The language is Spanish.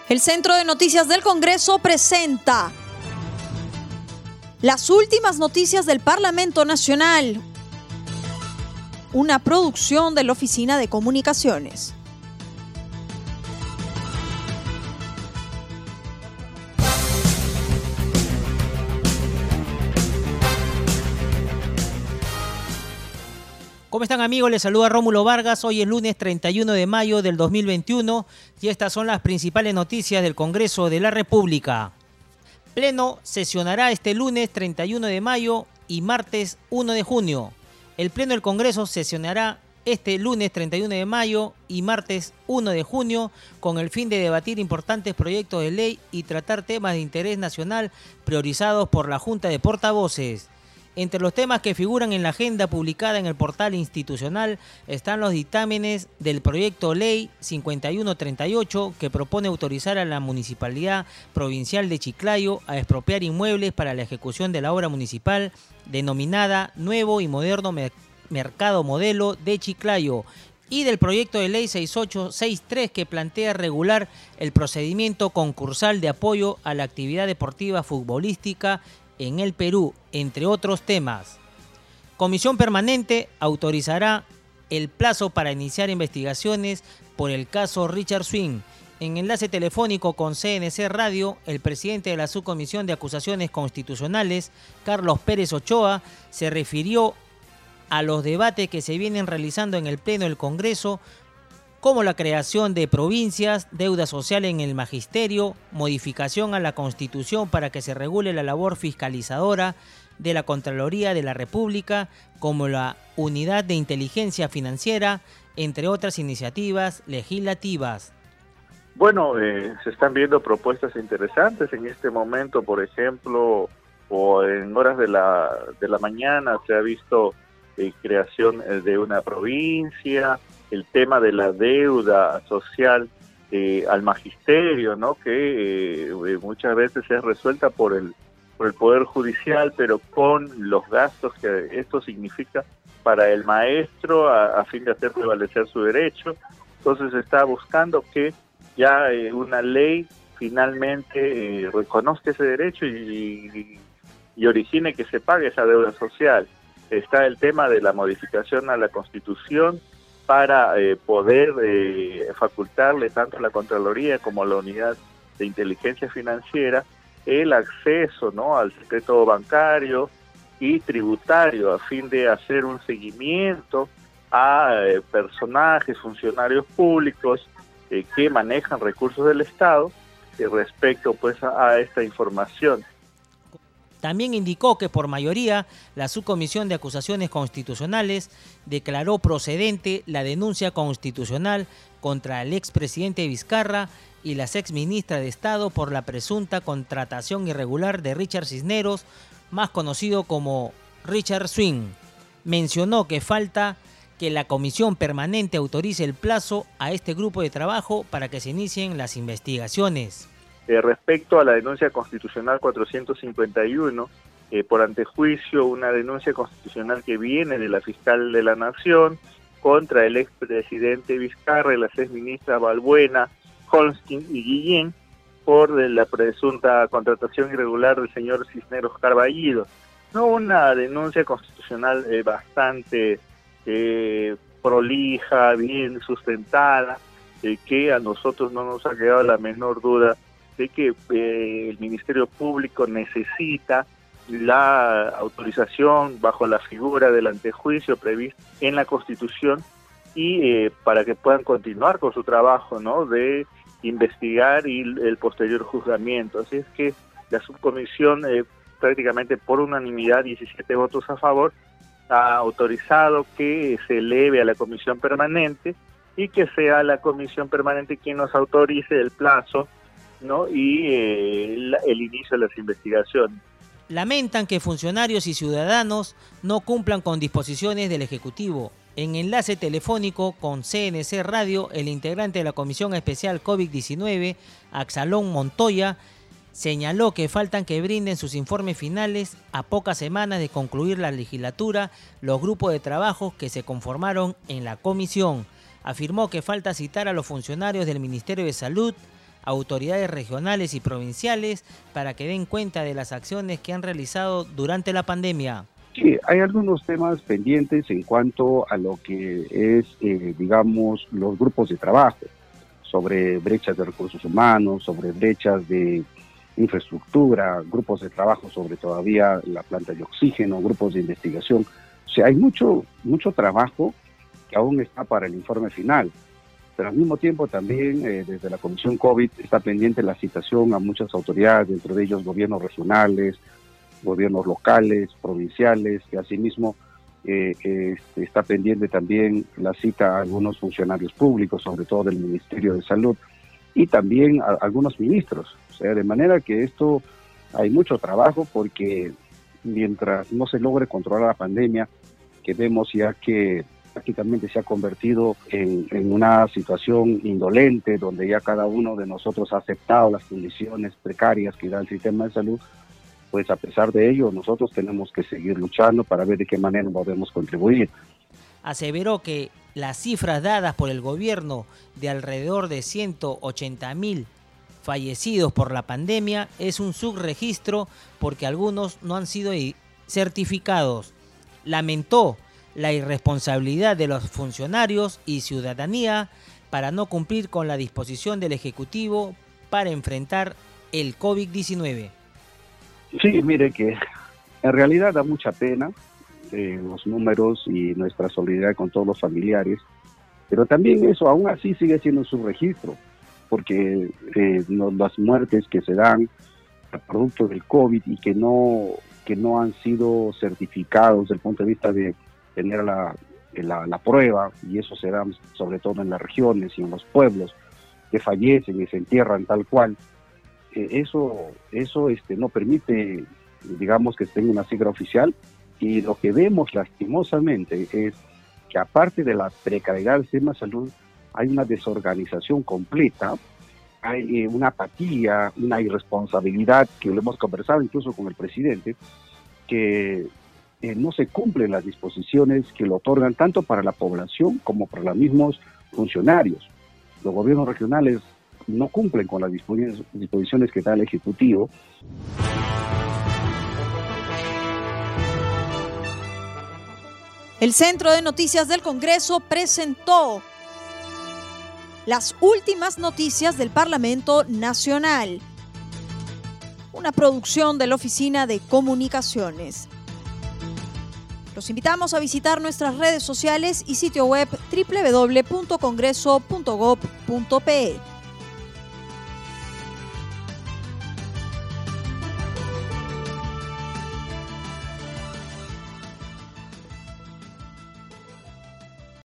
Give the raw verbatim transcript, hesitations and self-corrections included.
El Centro de Noticias del Congreso presenta las últimas noticias del Parlamento Nacional, una producción de la Oficina de Comunicaciones. ¿Cómo están, amigos? Les saluda Rómulo Vargas. Hoy es lunes treinta y uno de mayo del dos mil veintiuno y estas son las principales noticias del Congreso de la República. Pleno sesionará este lunes treinta y uno de mayo y martes uno de junio. El Pleno del Congreso sesionará este lunes treinta y uno de mayo y martes uno de junio con el fin de debatir importantes proyectos de ley y tratar temas de interés nacional priorizados por la Junta de Portavoces. Entre los temas que figuran en la agenda publicada en el portal institucional están los dictámenes del proyecto ley cincuenta y uno treinta y ocho que propone autorizar a la Municipalidad Provincial de Chiclayo a expropiar inmuebles para la ejecución de la obra municipal denominada Nuevo y Moderno Mer- Mercado Modelo de Chiclayo, y del proyecto de ley sesenta y ocho sesenta y tres que plantea regular el procedimiento concursal de apoyo a la actividad deportiva futbolística en el Perú, entre otros temas. Comisión Permanente autorizará el plazo para iniciar investigaciones por el caso Richard Swing. En enlace telefónico con C N C Radio, el presidente de la Subcomisión de Acusaciones Constitucionales, Carlos Pérez Ochoa, se refirió a los debates que se vienen realizando en el Pleno del Congreso, como la creación de provincias, deuda social en el magisterio, modificación a la Constitución para que se regule la labor fiscalizadora de la Contraloría de la República, como la Unidad de Inteligencia Financiera, entre otras iniciativas legislativas. Bueno, eh, se están viendo propuestas interesantes en este momento, por ejemplo, o en horas de la, de la mañana se ha visto eh, creación de una provincia, el tema de la deuda social eh, al magisterio, ¿no? Que eh, muchas veces es resuelta por el por el Poder Judicial, pero con los gastos que esto significa para el maestro a, a fin de hacer prevalecer su derecho. Entonces se está buscando que ya eh, una ley finalmente eh, reconozca ese derecho y, y, y origine que se pague esa deuda social. Está el tema de la modificación a la Constitución para eh, poder eh, facultarle tanto a la Contraloría como a la Unidad de Inteligencia Financiera el acceso, ¿no?, al secreto bancario y tributario a fin de hacer un seguimiento a eh, personajes, funcionarios públicos eh, que manejan recursos del Estado eh, respecto pues a, a esta información. También indicó que por mayoría la Subcomisión de Acusaciones Constitucionales declaró procedente la denuncia constitucional contra el expresidente Vizcarra y las exministras de Estado por la presunta contratación irregular de Richard Cisneros, más conocido como Richard Swing. Mencionó que falta que la Comisión Permanente autorice el plazo a este grupo de trabajo para que se inicien las investigaciones. Eh, respecto a la denuncia constitucional cuatrocientos cincuenta y uno, eh, por antejuicio, una denuncia constitucional que viene de la fiscal de la Nación contra el expresidente Vizcarra y las exministras Balbuena, Holstein y Guillén por la presunta contratación irregular del señor Cisneros Carballido. No, una denuncia constitucional eh, bastante eh, prolija, bien sustentada, eh, que a nosotros no nos ha quedado la menor duda de que eh, el Ministerio Público necesita la autorización bajo la figura del antejuicio previsto en la Constitución y eh, para que puedan continuar con su trabajo, ¿no?, de investigar y el posterior juzgamiento. Así es que la subcomisión, eh, prácticamente por unanimidad, diecisiete votos a favor, ha autorizado que se eleve a la comisión permanente y que sea la comisión permanente quien nos autorice el plazo, ¿no?, y eh, el, el inicio de las investigaciones. Lamentan que funcionarios y ciudadanos no cumplan con disposiciones del Ejecutivo. En enlace telefónico con C N C Radio, el integrante de la Comisión Especial COVID diecinueve, Axalón Montoya, señaló que faltan que brinden sus informes finales a pocas semanas de concluir la legislatura los grupos de trabajo que se conformaron en la comisión. Afirmó que falta citar a los funcionarios del Ministerio de Salud, autoridades regionales y provinciales para que den cuenta de las acciones que han realizado durante la pandemia. Sí, hay algunos temas pendientes en cuanto a lo que es, eh, digamos, los grupos de trabajo, sobre brechas de recursos humanos, sobre brechas de infraestructura, grupos de trabajo sobre todavía la planta de oxígeno, grupos de investigación. O sea, hay mucho, mucho trabajo que aún está para el informe final, pero al mismo tiempo también eh, desde la Comisión COVID está pendiente la citación a muchas autoridades, dentro de ellos gobiernos regionales, gobiernos locales, provinciales, que asimismo eh, eh, está pendiente también la cita a algunos funcionarios públicos, sobre todo del Ministerio de Salud, y también a, a algunos ministros. O sea, de manera que esto hay mucho trabajo, porque mientras no se logre controlar la pandemia, que vemos ya que prácticamente se ha convertido en, en una situación indolente, donde ya cada uno de nosotros ha aceptado las condiciones precarias que da el sistema de salud, pues a pesar de ello nosotros tenemos que seguir luchando para ver de qué manera podemos contribuir. Aseveró que las cifras dadas por el gobierno de alrededor de ciento ochenta mil fallecidos por la pandemia es un subregistro porque algunos no han sido certificados. Lamentó la irresponsabilidad de los funcionarios y ciudadanía para no cumplir con la disposición del Ejecutivo para enfrentar el COVID diecinueve. Sí, mire que en realidad da mucha pena eh, los números y nuestra solidaridad con todos los familiares, pero también eso aún así sigue siendo un subregistro, porque eh, no, las muertes que se dan a producto del COVID y que no, que no han sido certificados desde el punto de vista de tener la, la, la prueba, y eso se da sobre todo en las regiones y en los pueblos, que fallecen y se entierran tal cual. Eso, eso este, no permite, digamos, que tenga una cifra oficial, y lo que vemos lastimosamente es que aparte de la precariedad del sistema de salud, hay una desorganización completa, hay eh, una apatía, una irresponsabilidad, que lo hemos conversado incluso con el presidente, que eh, no se cumplen las disposiciones que lo otorgan tanto para la población como para los mismos funcionarios. Los gobiernos regionales no cumplen con las disposiciones que da el Ejecutivo. El Centro de Noticias del Congreso presentó las últimas noticias del Parlamento Nacional, una producción de la Oficina de Comunicaciones. Los invitamos a visitar nuestras redes sociales y sitio web doble u doble u doble u punto congreso punto gob punto pe.